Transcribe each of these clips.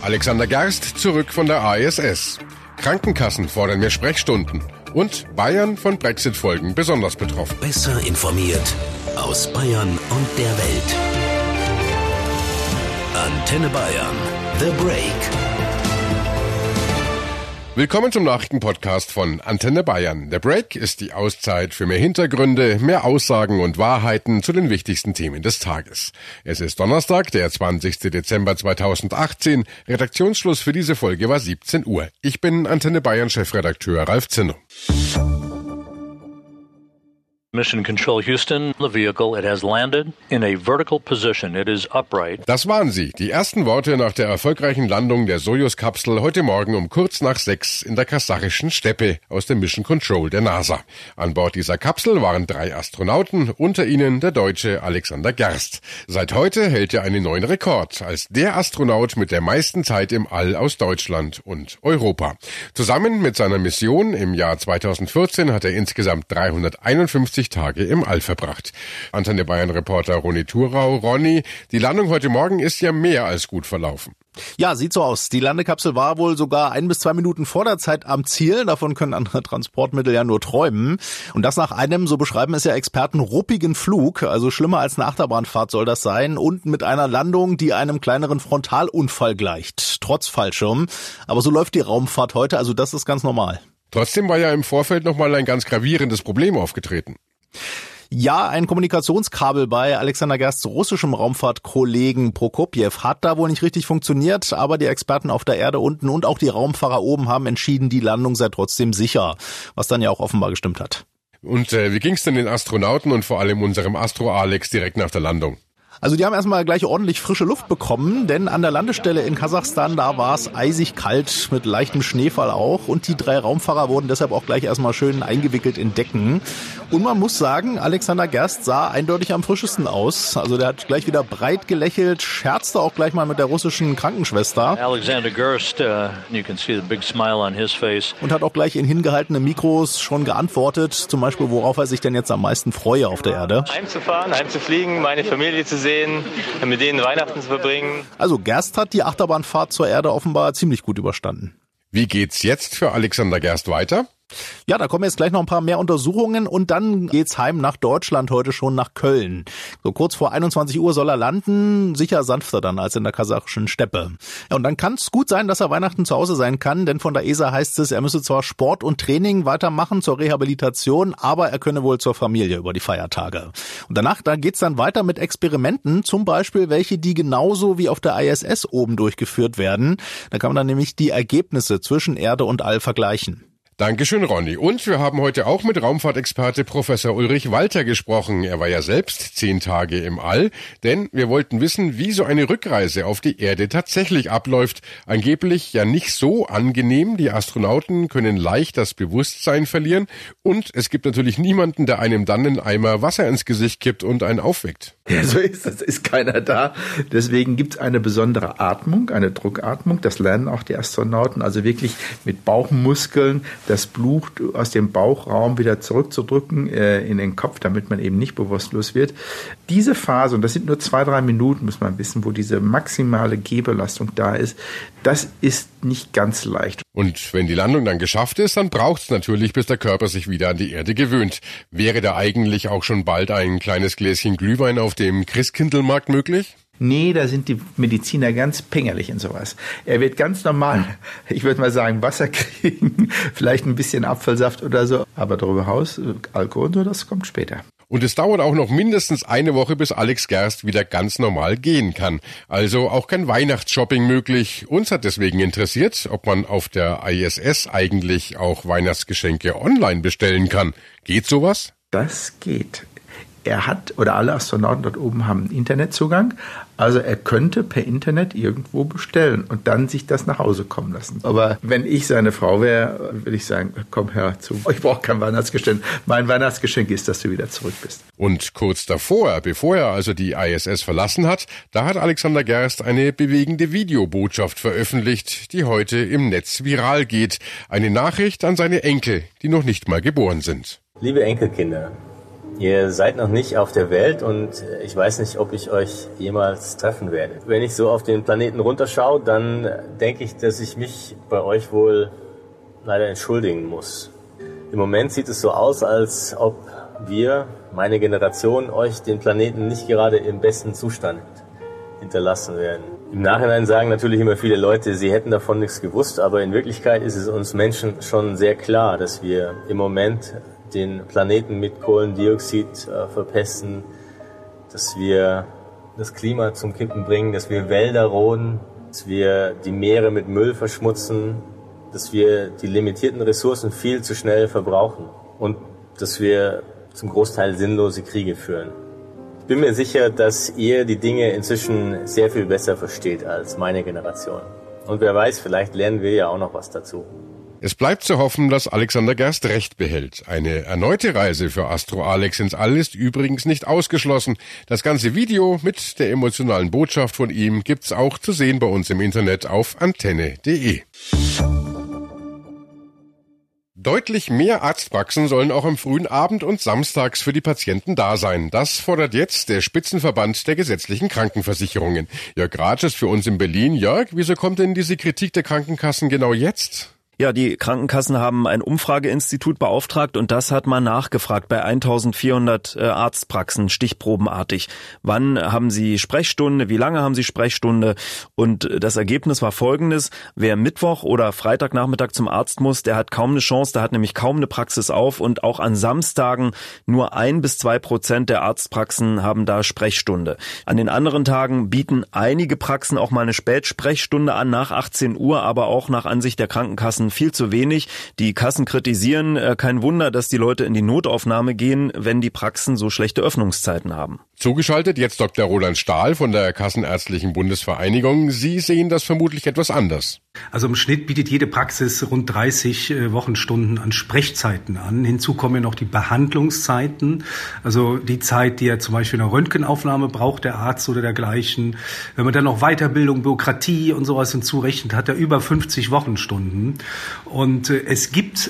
Alexander Gerst zurück von der ISS. Krankenkassen fordern mehr Sprechstunden. Und Bayern von Brexit-Folgen besonders betroffen. Besser informiert aus Bayern und der Welt. Antenne Bayern. The Break. Willkommen zum Nachrichtenpodcast von Antenne Bayern. Der Break ist die Auszeit für mehr Hintergründe, mehr Aussagen und Wahrheiten zu den wichtigsten Themen des Tages. Es ist Donnerstag, der 20. Dezember 2018. Redaktionsschluss für diese Folge war 17 Uhr. Ich bin Antenne Bayern Chefredakteur Ralf Zinno. Mission Control Houston, the vehicle, it has landed in a vertical position. It is upright. Das waren sie, die ersten Worte nach der erfolgreichen Landung der Sojus-Kapsel heute Morgen um kurz nach 6 in der kasachischen Steppe aus dem Mission Control der NASA. An Bord dieser Kapsel waren 3 Astronauten, unter ihnen der Deutsche Alexander Gerst. Seit heute hält er einen neuen Rekord als der Astronaut mit der meisten Zeit im All aus Deutschland und Europa. Zusammen mit seiner Mission im Jahr 2014 hat er insgesamt 351 Tage im All verbracht. Antenne Bayern-Reporter Ronny Thurau. Ronny, die Landung heute Morgen ist ja mehr als gut verlaufen. Ja, sieht so aus. Die Landekapsel war wohl sogar 1 bis 2 Minuten vor der Zeit am Ziel. Davon können andere Transportmittel ja nur träumen. Und das nach einem, so beschreiben es ja Experten, ruppigen Flug. Also schlimmer als eine Achterbahnfahrt soll das sein. Und mit einer Landung, die einem kleineren Frontalunfall gleicht. Trotz Fallschirm. Aber so läuft die Raumfahrt heute. Also das ist ganz normal. Trotzdem war ja im Vorfeld nochmal ein ganz gravierendes Problem aufgetreten. Ja, ein Kommunikationskabel bei Alexander Gersts russischem Raumfahrtkollegen Prokopjew hat da wohl nicht richtig funktioniert, aber die Experten auf der Erde unten und auch die Raumfahrer oben haben entschieden, die Landung sei trotzdem sicher, was dann ja auch offenbar gestimmt hat. Und wie ging's denn den Astronauten und vor allem unserem Astro Alex direkt nach der Landung? Also die haben erstmal gleich ordentlich frische Luft bekommen, denn an der Landestelle in Kasachstan, da war es eisig kalt mit leichtem Schneefall auch und die 3 Raumfahrer wurden deshalb auch gleich erstmal schön eingewickelt in Decken. Und man muss sagen, Alexander Gerst sah eindeutig am frischesten aus. Also der hat gleich wieder breit gelächelt, scherzte auch gleich mal mit der russischen Krankenschwester. Alexander Gerst, you can see the big smile on his face. Und hat auch gleich in hingehaltene Mikros schon geantwortet, zum Beispiel, worauf er sich denn jetzt am meisten freue auf der Erde. Heimzufahren, heimzufliegen, meine Familie zu sehen, mit denen Weihnachten zu verbringen. Also Gerst hat die Achterbahnfahrt zur Erde offenbar ziemlich gut überstanden. Wie geht's jetzt für Alexander Gerst weiter? Ja, da kommen jetzt gleich noch ein paar mehr Untersuchungen und dann geht's heim nach Deutschland, heute schon nach Köln. So kurz vor 21 Uhr soll er landen, sicher sanfter dann als in der kasachischen Steppe. Ja, und dann kann es gut sein, dass er Weihnachten zu Hause sein kann, denn von der ESA heißt es, er müsse zwar Sport und Training weitermachen zur Rehabilitation, aber er könne wohl zur Familie über die Feiertage. Und danach, da geht's dann weiter mit Experimenten, zum Beispiel welche, die genauso wie auf der ISS oben durchgeführt werden. Da kann man dann nämlich die Ergebnisse zwischen Erde und All vergleichen. Dankeschön, Ronny. Und wir haben heute auch mit Raumfahrtexperte Professor Ulrich Walter gesprochen. Er war ja selbst 10 Tage im All, denn wir wollten wissen, wie so eine Rückreise auf die Erde tatsächlich abläuft. Angeblich ja nicht so angenehm. Die Astronauten können leicht das Bewusstsein verlieren. Und es gibt natürlich niemanden, der einem dann einen Eimer Wasser ins Gesicht kippt und einen aufweckt. Ja, so ist das. Ist keiner da. Deswegen gibt's eine besondere Atmung, eine Druckatmung. Das lernen auch die Astronauten. Also wirklich mit Bauchmuskeln das Blut aus dem Bauchraum wieder zurückzudrücken in den Kopf, damit man eben nicht bewusstlos wird. Diese Phase, und das sind nur 2-3 Minuten, muss man wissen, wo diese maximale Gehbelastung da ist, das ist nicht ganz leicht. Und wenn die Landung dann geschafft ist, dann braucht's natürlich, bis der Körper sich wieder an die Erde gewöhnt. Wäre da eigentlich auch schon bald ein kleines Gläschen Glühwein auf dem Christkindlmarkt möglich? Nee, da sind die Mediziner ganz pingelig in sowas. Er wird ganz normal, ich würde mal sagen, Wasser kriegen, vielleicht ein bisschen Apfelsaft oder so, aber darüber hinaus, Alkohol und so, das kommt später. Und es dauert auch noch mindestens eine Woche, bis Alex Gerst wieder ganz normal gehen kann. Also auch kein Weihnachtsshopping möglich. Uns hat deswegen interessiert, ob man auf der ISS eigentlich auch Weihnachtsgeschenke online bestellen kann. Geht sowas? Das geht. Er hat, oder alle Astronauten dort oben haben einen Internetzugang, also er könnte per Internet irgendwo bestellen und dann sich das nach Hause kommen lassen. Aber wenn ich seine Frau wäre, würde ich sagen, komm hör zu, ich brauche kein Weihnachtsgeschenk. Mein Weihnachtsgeschenk ist, dass du wieder zurück bist. Und kurz davor, bevor er also die ISS verlassen hat, da hat Alexander Gerst eine bewegende Videobotschaft veröffentlicht, die heute im Netz viral geht. Eine Nachricht an seine Enkel, die noch nicht mal geboren sind. Liebe Enkelkinder, Ihr seid noch nicht auf der Welt und ich weiß nicht, ob ich euch jemals treffen werde. Wenn ich so auf den Planeten runterschaue, dann denke ich, dass ich mich bei euch wohl leider entschuldigen muss. Im Moment sieht es so aus, als ob wir, meine Generation, euch den Planeten nicht gerade im besten Zustand hinterlassen werden. Im Nachhinein sagen natürlich immer viele Leute, sie hätten davon nichts gewusst, aber in Wirklichkeit ist es uns Menschen schon sehr klar, dass wir im Moment den Planeten mit Kohlendioxid verpesten, dass wir das Klima zum Kippen bringen, dass wir Wälder roden, dass wir die Meere mit Müll verschmutzen, dass wir die limitierten Ressourcen viel zu schnell verbrauchen und dass wir zum Großteil sinnlose Kriege führen. Ich bin mir sicher, dass ihr die Dinge inzwischen sehr viel besser versteht als meine Generation. Und wer weiß, vielleicht lernen wir ja auch noch was dazu. Es bleibt zu hoffen, dass Alexander Gerst recht behält. Eine erneute Reise für Astro Alex ins All ist übrigens nicht ausgeschlossen. Das ganze Video mit der emotionalen Botschaft von ihm gibt's auch zu sehen bei uns im Internet auf antenne.de. Deutlich mehr Arztpraxen sollen auch am frühen Abend und samstags für die Patienten da sein. Das fordert jetzt der Spitzenverband der gesetzlichen Krankenversicherungen. Jörg Ratsch ist für uns in Berlin. Jörg, wieso kommt denn diese Kritik der Krankenkassen genau jetzt? Ja, die Krankenkassen haben ein Umfrageinstitut beauftragt und das hat mal nachgefragt bei 1400 Arztpraxen, stichprobenartig. Wann haben sie Sprechstunde, wie lange haben sie Sprechstunde? Und das Ergebnis war folgendes: Wer Mittwoch oder Freitagnachmittag zum Arzt muss, der hat kaum eine Chance, der hat nämlich kaum eine Praxis auf, und auch an Samstagen nur 1-2% der Arztpraxen haben da Sprechstunde. An den anderen Tagen bieten einige Praxen auch mal eine Spätsprechstunde an, nach 18 Uhr, aber auch nach Ansicht der Krankenkassen viel zu wenig. Die Kassen kritisieren, kein Wunder, dass die Leute in die Notaufnahme gehen, wenn die Praxen so schlechte Öffnungszeiten haben. Zugeschaltet jetzt Dr. Roland Stahl von der Kassenärztlichen Bundesvereinigung. Sie sehen das vermutlich etwas anders. Also im Schnitt bietet jede Praxis rund 30 Wochenstunden an Sprechzeiten an. Hinzu kommen noch die Behandlungszeiten, also die Zeit, die er zum Beispiel in einer Röntgenaufnahme braucht, der Arzt oder dergleichen. Wenn man dann noch Weiterbildung, Bürokratie und sowas hinzurechnet, hat er über 50 Wochenstunden. Und es gibt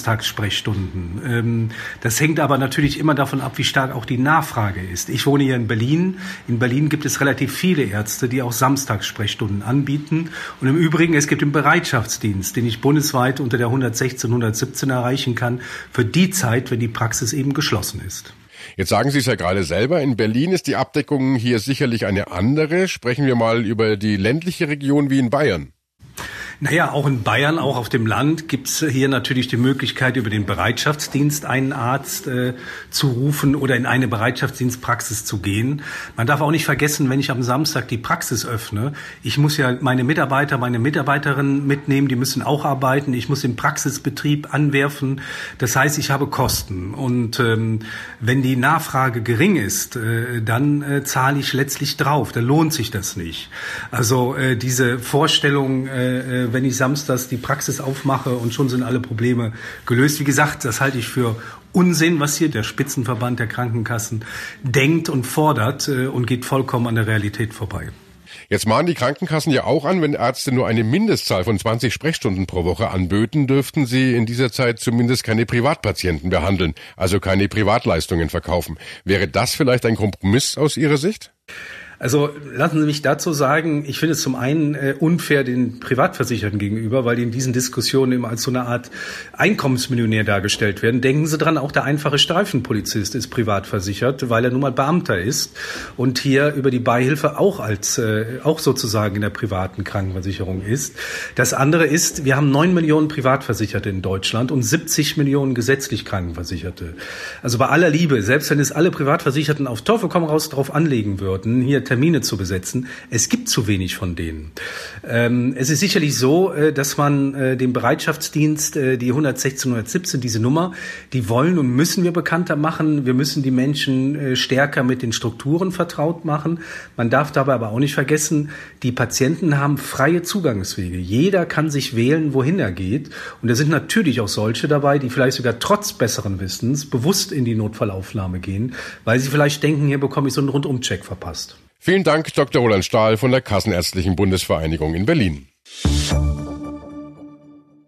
Samstagssprechstunden. Das hängt aber natürlich immer davon ab, wie stark auch die Nachfrage ist. Ich wohne hier in Berlin. In Berlin gibt es relativ viele Ärzte, die auch Samstagssprechstunden anbieten. Und im Übrigen, es gibt den Bereitschaftsdienst, den ich bundesweit unter der 116, 117 erreichen kann, für die Zeit, wenn die Praxis eben geschlossen ist. Jetzt sagen Sie es ja gerade selber, in Berlin ist die Abdeckung hier sicherlich eine andere. Sprechen wir mal über die ländliche Region wie in Bayern. Naja, auch in Bayern, auch auf dem Land, gibt's hier natürlich die Möglichkeit, über den Bereitschaftsdienst einen Arzt zu rufen oder in eine Bereitschaftsdienstpraxis zu gehen. Man darf auch nicht vergessen, wenn ich am Samstag die Praxis öffne, ich muss ja meine Mitarbeiter, meine Mitarbeiterinnen mitnehmen, die müssen auch arbeiten, ich muss den Praxisbetrieb anwerfen. Das heißt, ich habe Kosten. Und wenn die Nachfrage gering ist, dann zahle ich letztlich drauf. Dann lohnt sich das nicht. Also diese Vorstellung, wenn ich samstags die Praxis aufmache und schon sind alle Probleme gelöst. Wie gesagt, das halte ich für Unsinn, was hier der Spitzenverband der Krankenkassen denkt und fordert, und geht vollkommen an der Realität vorbei. Jetzt mahnen die Krankenkassen ja auch an, wenn Ärzte nur eine Mindestzahl von 20 Sprechstunden pro Woche anböten, dürften sie in dieser Zeit zumindest keine Privatpatienten behandeln, also keine Privatleistungen verkaufen. Wäre das vielleicht ein Kompromiss aus Ihrer Sicht? Also lassen Sie mich dazu sagen, ich finde es zum einen unfair den Privatversicherten gegenüber, weil die in diesen Diskussionen immer als so eine Art Einkommensmillionär dargestellt werden. Denken Sie dran, auch der einfache Streifenpolizist ist privat versichert, weil er nun mal Beamter ist und hier über die Beihilfe auch sozusagen in der privaten Krankenversicherung ist. Das andere ist, wir haben 9 Millionen Privatversicherte in Deutschland und 70 Millionen gesetzlich Krankenversicherte. Also bei aller Liebe, selbst wenn es alle Privatversicherten auf Teufel komm raus drauf anlegen würden, hier Termine zu besetzen. Es gibt zu wenig von denen. Es ist sicherlich so, dass man den Bereitschaftsdienst, die 116, 117, diese Nummer, die wollen und müssen wir bekannter machen. Wir müssen die Menschen stärker mit den Strukturen vertraut machen. Man darf dabei aber auch nicht vergessen, die Patienten haben freie Zugangswege. Jeder kann sich wählen, wohin er geht. Und da sind natürlich auch solche dabei, die vielleicht sogar trotz besseren Wissens bewusst in die Notfallaufnahme gehen, weil sie vielleicht denken, hier bekomme ich so einen Rundumcheck verpasst. Vielen Dank, Dr. Roland Stahl von der Kassenärztlichen Bundesvereinigung in Berlin.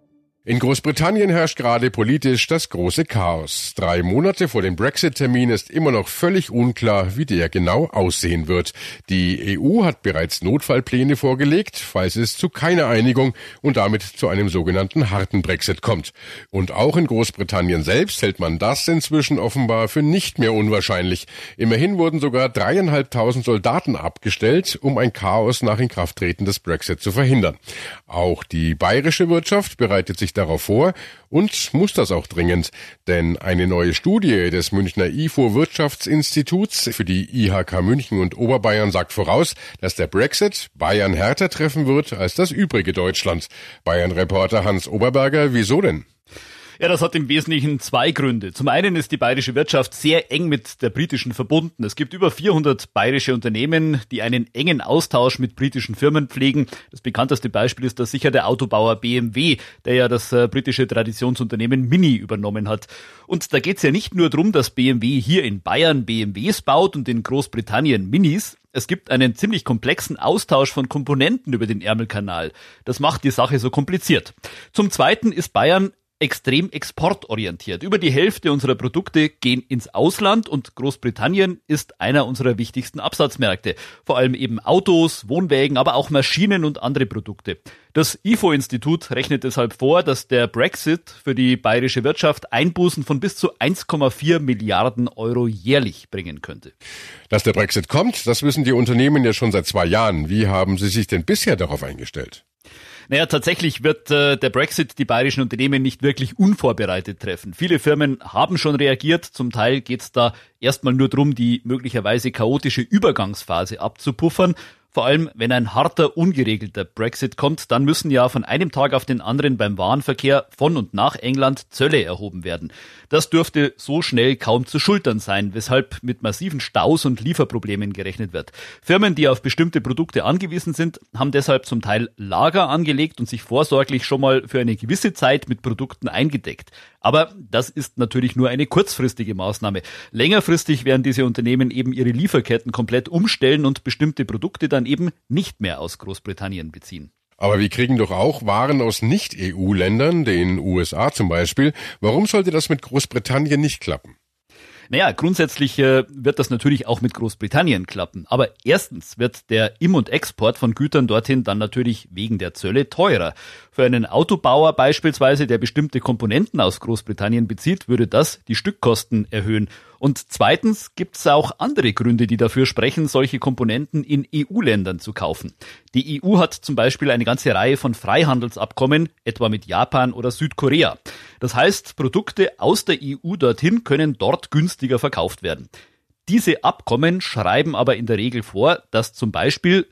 In Großbritannien herrscht gerade politisch das große Chaos. 3 Monate vor dem Brexit-Termin ist immer noch völlig unklar, wie der genau aussehen wird. Die EU hat bereits Notfallpläne vorgelegt, falls es zu keiner Einigung und damit zu einem sogenannten harten Brexit kommt. Und auch in Großbritannien selbst hält man das inzwischen offenbar für nicht mehr unwahrscheinlich. Immerhin wurden sogar 3.500 Soldaten abgestellt, um ein Chaos nach Inkrafttreten des Brexit zu verhindern. Auch die bayerische Wirtschaft bereitet sich darauf vor und muss das auch dringend, denn eine neue Studie des Münchner IFO-Wirtschaftsinstituts für die IHK München und Oberbayern sagt voraus, dass der Brexit Bayern härter treffen wird als das übrige Deutschland. Bayern-Reporter Hans Oberberger, wieso denn? Ja, das hat im Wesentlichen 2 Gründe. Zum einen ist die bayerische Wirtschaft sehr eng mit der britischen verbunden. Es gibt über 400 bayerische Unternehmen, die einen engen Austausch mit britischen Firmen pflegen. Das bekannteste Beispiel ist da sicher der Autobauer BMW, der ja das britische Traditionsunternehmen Mini übernommen hat. Und da geht's ja nicht nur darum, dass BMW hier in Bayern BMWs baut und in Großbritannien Minis. Es gibt einen ziemlich komplexen Austausch von Komponenten über den Ärmelkanal. Das macht die Sache so kompliziert. Zum Zweiten ist Bayern extrem exportorientiert. Über die Hälfte unserer Produkte gehen ins Ausland und Großbritannien ist einer unserer wichtigsten Absatzmärkte. Vor allem eben Autos, Wohnwägen, aber auch Maschinen und andere Produkte. Das IFO-Institut rechnet deshalb vor, dass der Brexit für die bayerische Wirtschaft Einbußen von bis zu 1,4 Milliarden Euro jährlich bringen könnte. Dass der Brexit kommt, das wissen die Unternehmen ja schon seit 2 Jahren. Wie haben sie sich denn bisher darauf eingestellt? Naja, tatsächlich wird der Brexit die bayerischen Unternehmen nicht wirklich unvorbereitet treffen. Viele Firmen haben schon reagiert. Zum Teil geht's da erstmal nur darum, die möglicherweise chaotische Übergangsphase abzupuffern. Vor allem, wenn ein harter, ungeregelter Brexit kommt, dann müssen ja von einem Tag auf den anderen beim Warenverkehr von und nach England Zölle erhoben werden. Das dürfte so schnell kaum zu schultern sein, weshalb mit massiven Staus und Lieferproblemen gerechnet wird. Firmen, die auf bestimmte Produkte angewiesen sind, haben deshalb zum Teil Lager angelegt und sich vorsorglich schon mal für eine gewisse Zeit mit Produkten eingedeckt. Aber das ist natürlich nur eine kurzfristige Maßnahme. Längerfristig werden diese Unternehmen eben ihre Lieferketten komplett umstellen und bestimmte Produkte dann eben nicht mehr aus Großbritannien beziehen. Aber wir kriegen doch auch Waren aus Nicht-EU-Ländern, den USA zum Beispiel. Warum sollte das mit Großbritannien nicht klappen? Naja, grundsätzlich wird das natürlich auch mit Großbritannien klappen. Aber erstens wird der Im- und Export von Gütern dorthin dann natürlich wegen der Zölle teurer. Für einen Autobauer beispielsweise, der bestimmte Komponenten aus Großbritannien bezieht, würde das die Stückkosten erhöhen. Und zweitens gibt es auch andere Gründe, die dafür sprechen, solche Komponenten in EU-Ländern zu kaufen. Die EU hat zum Beispiel eine ganze Reihe von Freihandelsabkommen, etwa mit Japan oder Südkorea. Das heißt, Produkte aus der EU dorthin können dort günstiger verkauft werden. Diese Abkommen schreiben aber in der Regel vor, dass zum Beispiel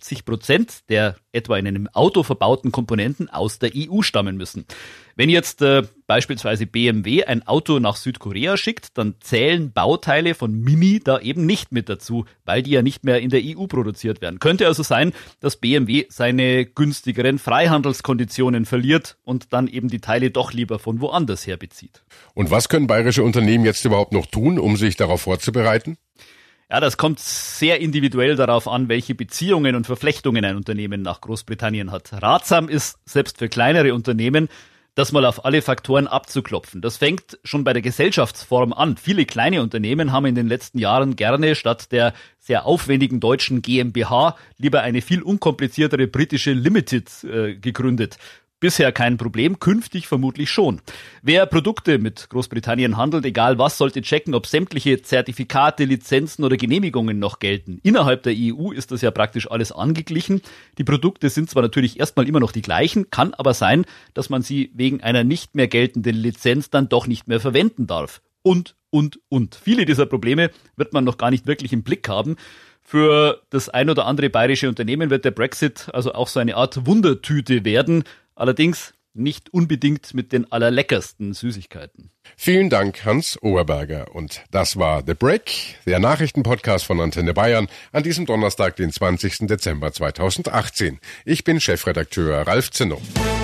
60% der etwa in einem Auto verbauten Komponenten aus der EU stammen müssen. Wenn jetzt beispielsweise BMW ein Auto nach Südkorea schickt, dann zählen Bauteile von Mini da eben nicht mit dazu, weil die ja nicht mehr in der EU produziert werden. Könnte also sein, dass BMW seine günstigeren Freihandelskonditionen verliert und dann eben die Teile doch lieber von woanders her bezieht. Und was können bayerische Unternehmen jetzt überhaupt noch tun, um sich darauf vorzubereiten? Ja, das kommt sehr individuell darauf an, welche Beziehungen und Verflechtungen ein Unternehmen nach Großbritannien hat. Ratsam ist, selbst für kleinere Unternehmen, das mal auf alle Faktoren abzuklopfen. Das fängt schon bei der Gesellschaftsform an. Viele kleine Unternehmen haben in den letzten Jahren gerne statt der sehr aufwendigen deutschen GmbH lieber eine viel unkompliziertere britische Limited gegründet. Bisher kein Problem, künftig vermutlich schon. Wer Produkte mit Großbritannien handelt, egal was, sollte checken, ob sämtliche Zertifikate, Lizenzen oder Genehmigungen noch gelten. Innerhalb der EU ist das ja praktisch alles angeglichen. Die Produkte sind zwar natürlich erstmal immer noch die gleichen, kann aber sein, dass man sie wegen einer nicht mehr geltenden Lizenz dann doch nicht mehr verwenden darf. Und. Viele dieser Probleme wird man noch gar nicht wirklich im Blick haben. Für das ein oder andere bayerische Unternehmen wird der Brexit also auch so eine Art Wundertüte werden. Allerdings nicht unbedingt mit den allerleckersten Süßigkeiten. Vielen Dank, Hans Oberberger. Und das war The Break, der Nachrichtenpodcast von Antenne Bayern an diesem Donnerstag, den 20. Dezember 2018. Ich bin Chefredakteur Ralf Zinno.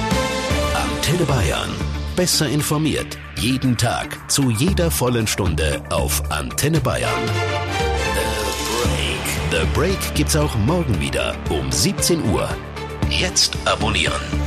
Antenne Bayern. Besser informiert. Jeden Tag. Zu jeder vollen Stunde auf Antenne Bayern. The Break gibt's auch morgen wieder um 17 Uhr. Jetzt abonnieren.